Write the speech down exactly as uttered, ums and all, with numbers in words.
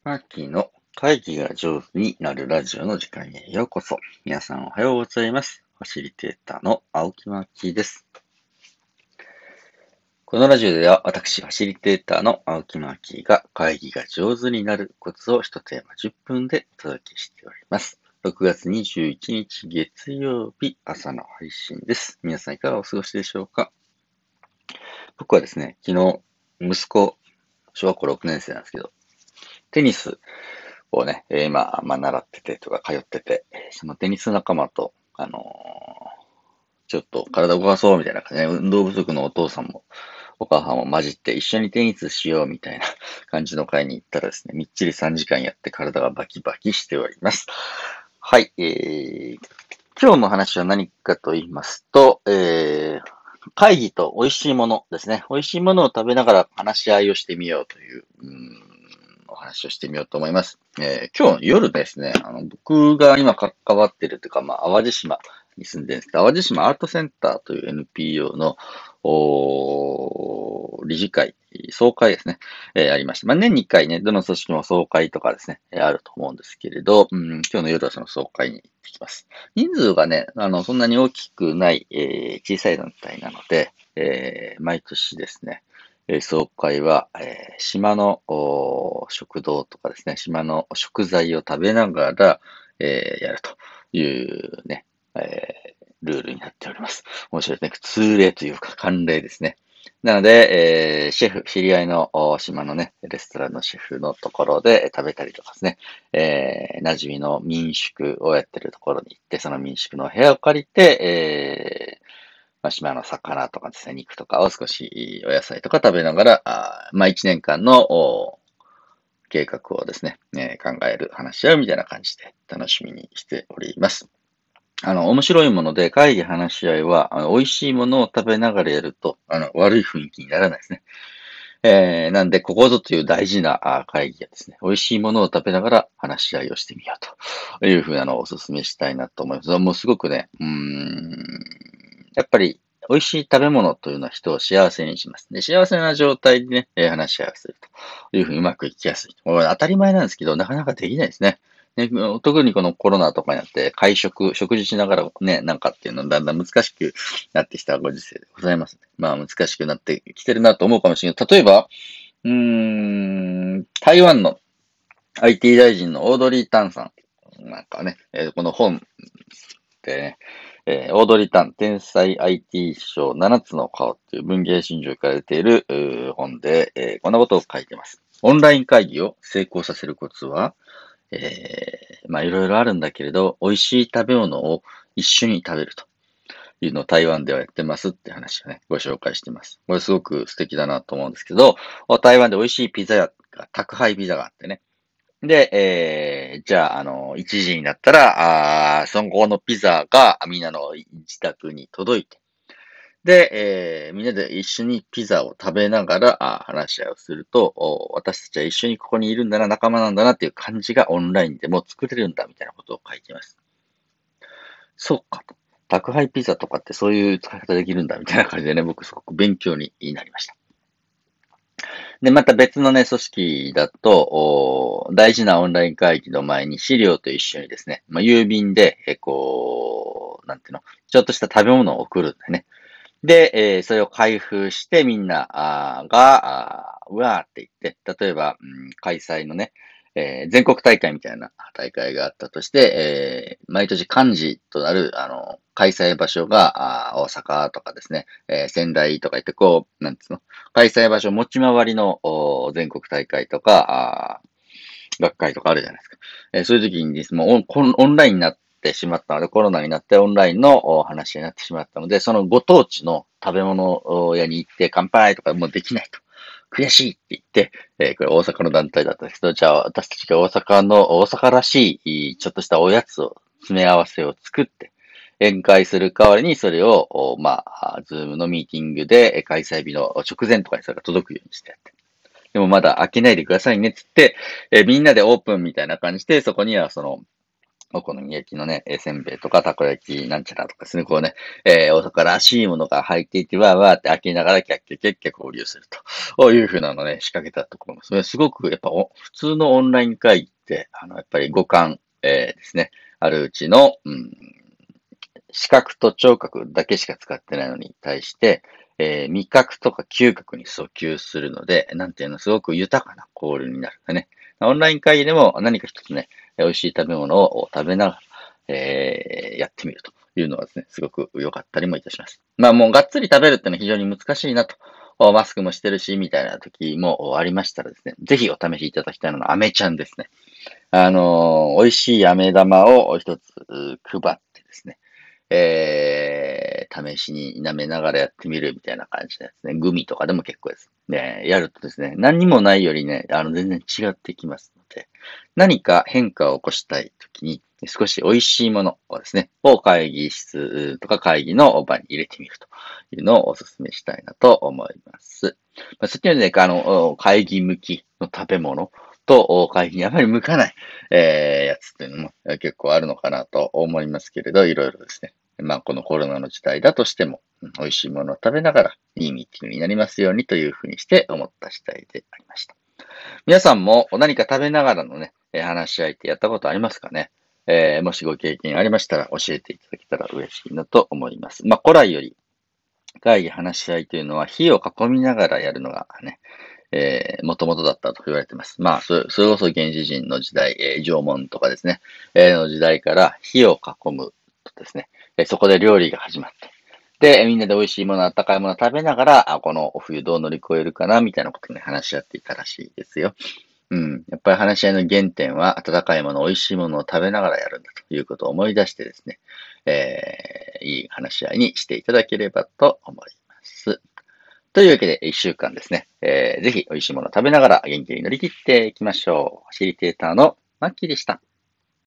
マーキーの会議が上手になるラジオの時間へようこそ。皆さんおはようございます。ファシリテーターの青木マーキーです。このラジオでは私、ファシリテーターの青木マーキーが会議が上手になるコツを一テーマじゅっぷんでお届けしております。ろくがつにじゅういちにち月曜日朝の配信です。皆さんいかがお過ごしでしょうか？僕はですね、昨日、息子、小学校ろくねん生なんですけど、テニスをね、えー今、まあ、習っててとか通ってて、そのテニス仲間と、あのーちょっと体を動かそうみたいな感じで、ね、運動不足のお父さんもお母さんも混じって一緒にテニスしようみたいな感じの会に行ったらですね、みっちりさんじかんやって体がバキバキしております。はい、えー、今日の話は何かと言いますと、えー、会議と美味しいものですね。美味しいものを食べながら話し合いをしてみようという、うーんお話をしてみようと思います。えー、今日夜ですね、あの僕が今関わってるというか、まあ、淡路島に住んでるんですけど、淡路島アートセンターという エヌピーオー のお理事会、総会ですね、えーありました。まあ、年にいっかいね、どの組織も総会とかですね、えーあると思うんですけれど、うん、今日の夜はその総会に行ってきます。人数がね、あの、そんなに大きくない、えー小さい団体なので、えー毎年ですね、えー総会は、えー島のお食堂とかですね、島の食材を食べながら、えーやるというね、えールールになっております。面白いですね。通例というか慣例ですね。なので、えーシェフ、知り合いのお島のね、レストランのシェフのところで食べたりとかですね、えー、馴染みの民宿をやってるところに行って、その民宿の部屋を借りて、えー、まあ、島の魚とかですね、肉とかを少しお野菜とか食べながら、あまあ、一年間のお計画をですね、えー考える、話し合うみたいな感じで楽しみにしております。あの、面白いもので、会議話し合いは、あの美味しいものを食べながらやると、あの、悪い雰囲気にならないですね。えー、なんで、ここぞという大事なあ会議はですね、美味しいものを食べながら話し合いをしてみようというふうなのをお勧めしたいなと思います。もうすごくね、うーん、やっぱり美味しい食べ物というのは人を幸せにします。で、幸せな状態でね、えー話し合いをするというふうにうまくいきやすい。これ当たり前なんですけど、なかなかできないですね。ね、特にこのコロナとかになって、会食、食事しながらね、なんかっていうのだんだん難しくなってきたご時世でございます。まあ難しくなってきてるなと思うかもしれない。例えば、うーん、台湾の アイティー 大臣のオードリー・タンさんなんかね、えーこの本でね、えーオードリー・タン、天才 アイティー 賞ななつの顔っていう文芸春秋から出ているうー本で、えーこんなことを書いてます。オンライン会議を成功させるコツは、えーまあいろいろあるんだけれど、美味しい食べ物を一緒に食べるというのを台湾ではやってますって話をね、ご紹介してます。これすごく素敵だなと思うんですけど、台湾で美味しいピザ屋が、宅配ピザがあってね。で、えー、じゃあ、あの、いちじになったら、あーその後のピザがみんなの自宅に届いて、で、えー、みんなで一緒にピザを食べながらあ話し合いをすると、お私たちは一緒にここにいるんだな、仲間なんだなっていう感じがオンラインでも作れるんだみたいなことを書いています。そうかと。宅配ピザとかってそういう使い方できるんだみたいな感じでね、僕すごく勉強になりました。で、また別のね、組織だと、お大事なオンライン会議の前に資料と一緒にですね、まあ、郵便で、えこう、なんていうの、ちょっとした食べ物を送るんだよね。で、えーそれを開封してみんなあーが、あーうわーって言って、例えば、うん、開催のね、えー全国大会みたいな大会があったとして、えー毎年幹事となる、あの、開催場所が、あー大阪とかですね、えー仙台とか言って、こう、なんつうの、開催場所持ち回りのお全国大会とか、あー学会とかあるじゃないですか。えーそういう時にですね、もうオンオンラインになってしまったので、コロナになってオンラインのお話になってしまったので、そのご当地の食べ物屋に行って乾杯とかもうできないと。悔しいって言って、えーこれ大阪の団体だったんですけど、じゃあ私たちが大阪の、大阪らしい、ちょっとしたおやつを、詰め合わせを作って、宴会する代わりにそれを、おまあ、ズームのミーティングでえー開催日の直前とかにそれが届くようにしてやって。でもまだ開けないでくださいねっつって、えーみんなでオープンみたいな感じで、そこにはその、 お好み焼きのね、えーせんべいとかたこ焼きなんちゃらとかですね、こうね、えー、大阪らしいものが入っていて、わーわーって開けながらキャッキャキャッキャ交流すると。こういう風なのね、仕掛けたところも、それすごく、やっぱお、普通のオンライン会議って、あの、やっぱり五感、えーですね、あるうちの、うん、視覚と聴覚だけしか使ってないのに対して、えー味覚とか嗅覚に訴求するので、なんていうの、すごく豊かな交流になるね。オンライン会議でも何か一つね、美味しい食べ物を食べながら、えーやってみるというのはですね、すごく良かったりもいたします。まあもうがっつり食べるってのは非常に難しいなと。マスクもしてるし、みたいな時もありましたらですね、ぜひお試しいただきたいのが、アメちゃんですね。あのー美味しい飴玉を一つ配ってですね、えー、試しに舐めながらやってみるみたいな感じですね。グミとかでも結構です。ね、やるとですね、何にもないよりね、あの、全然違ってきますので、何か変化を起こしたいときに、少し美味しいものをですね、を会議室とか会議の場に入れてみるというのをお勧めしたいなと思います。まあ、さっきのね、あの、会議向きの食べ物と会議にあまり向かない、えー、やつっていうのも結構あるのかなと思いますけれど、いろいろですね。まあ、このコロナの時代だとしても、うん美味しいものを食べながら、いいミーティングになりますようにというふうにして思った次第でありました。皆さんも何か食べながらのね、えー話し合いってやったことありますかね？えーもしご経験ありましたら教えていただけたら嬉しいなと思います。まあ、古来より会議話し合いというのは火を囲みながらやるのがね、えー、もともとだったと言われています。まあ、それ、それこそ原始人の時代、えー、縄文とかですね、えー、の時代から火を囲むとですね、えーそこで料理が始まって、で、みんなで美味しいもの、温かいものを食べながら、あ、このお冬どう乗り越えるかな、みたいなことに話し合っていたらしいですよ。うん。やっぱり話し合いの原点は、温かいもの、美味しいものを食べながらやるんだということを思い出してですね、えー、いい話し合いにしていただければと思います。というわけで、一週間ですね、えー、ぜひ美味しいものを食べながら元気に乗り切っていきましょう。ファシリテーターのマッキーでした。